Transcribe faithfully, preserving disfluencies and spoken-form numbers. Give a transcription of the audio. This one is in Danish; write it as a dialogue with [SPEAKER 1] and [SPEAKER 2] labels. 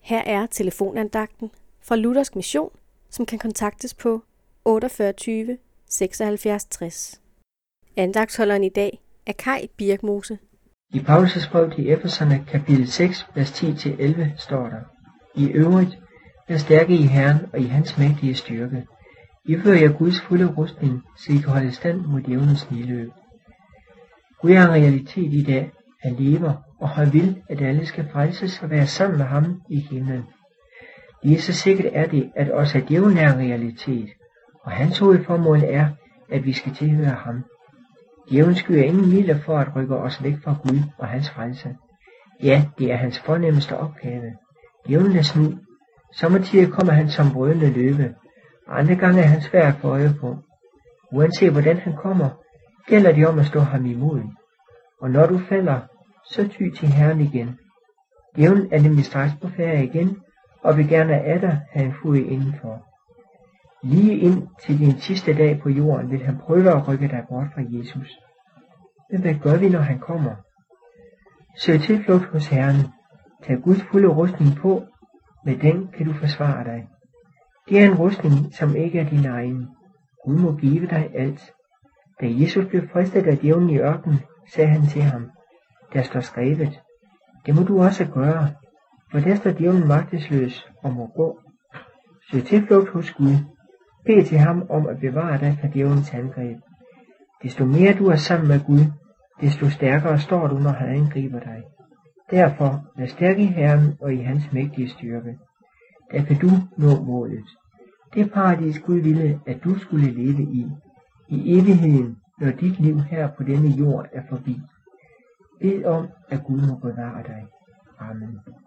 [SPEAKER 1] Her er telefonandagten fra Luthersk Mission, som kan kontaktes på otteogfyrre tyve seksoghalvfjerds tres. Andagtsholderen i dag er Kai Birkmose.
[SPEAKER 2] I Paulus' brev til Efeserne kapitel seks, vers ti til elleve står der: I øvrigt, vær stærke i Herren og i hans mægtige styrke. I fører jer Guds fulde rustning, så I kan holde stand mod djævelens niløb. Gud er en realitet i dag. Han lever, og han vil, at alle skal frelses og være sammen med ham i himlen. Lige så sikkert er det, at også djævlen er en realitet, og hans hovedformål er, at vi skal tilhøre ham. Djævlen skyer ingen midler for at rykke os væk fra Gud og hans frelse. Ja, det er hans fornemmeste opgave. Djævlen er snu. Sommetider kommer han som brølende løve, og andre gange er han svær at få øje på. Uanset hvordan han kommer, gælder det om at stå ham imod. Og når du falder, så ty til Herren igen. Djævlen er nemlig straks på færde igen, og vil gerne af dig have en fod indenfor. Lige ind til din sidste dag på jorden vil han prøve at rykke dig bort fra Jesus. Men hvad gør vi, når han kommer? Søg tilflugt hos Herren. Tag Guds fulde rustning på. Med den kan du forsvare dig. Det er en rustning, som ikke er din egen. Gud må give dig alt. Da Jesus blev fristet af djævlen i ørkenen, sagde han til ham: Der står skrevet. Det må du også gøre, for der står djævlen magtesløs og må gå. Søg tilflugt hos Gud. Bed til ham om at bevare dig fra djævelens angreb. Desto mere du er sammen med Gud, desto stærkere står du, når han angriber dig. Derfor, vær stærk i Herren og i hans mægtige styrke. Der kan du nå målet. Det paradis Gud ville, at du skulle leve i. I evigheden, når dit liv her på denne jord er forbi. Bed om, at Gud må bevare dig. Amen.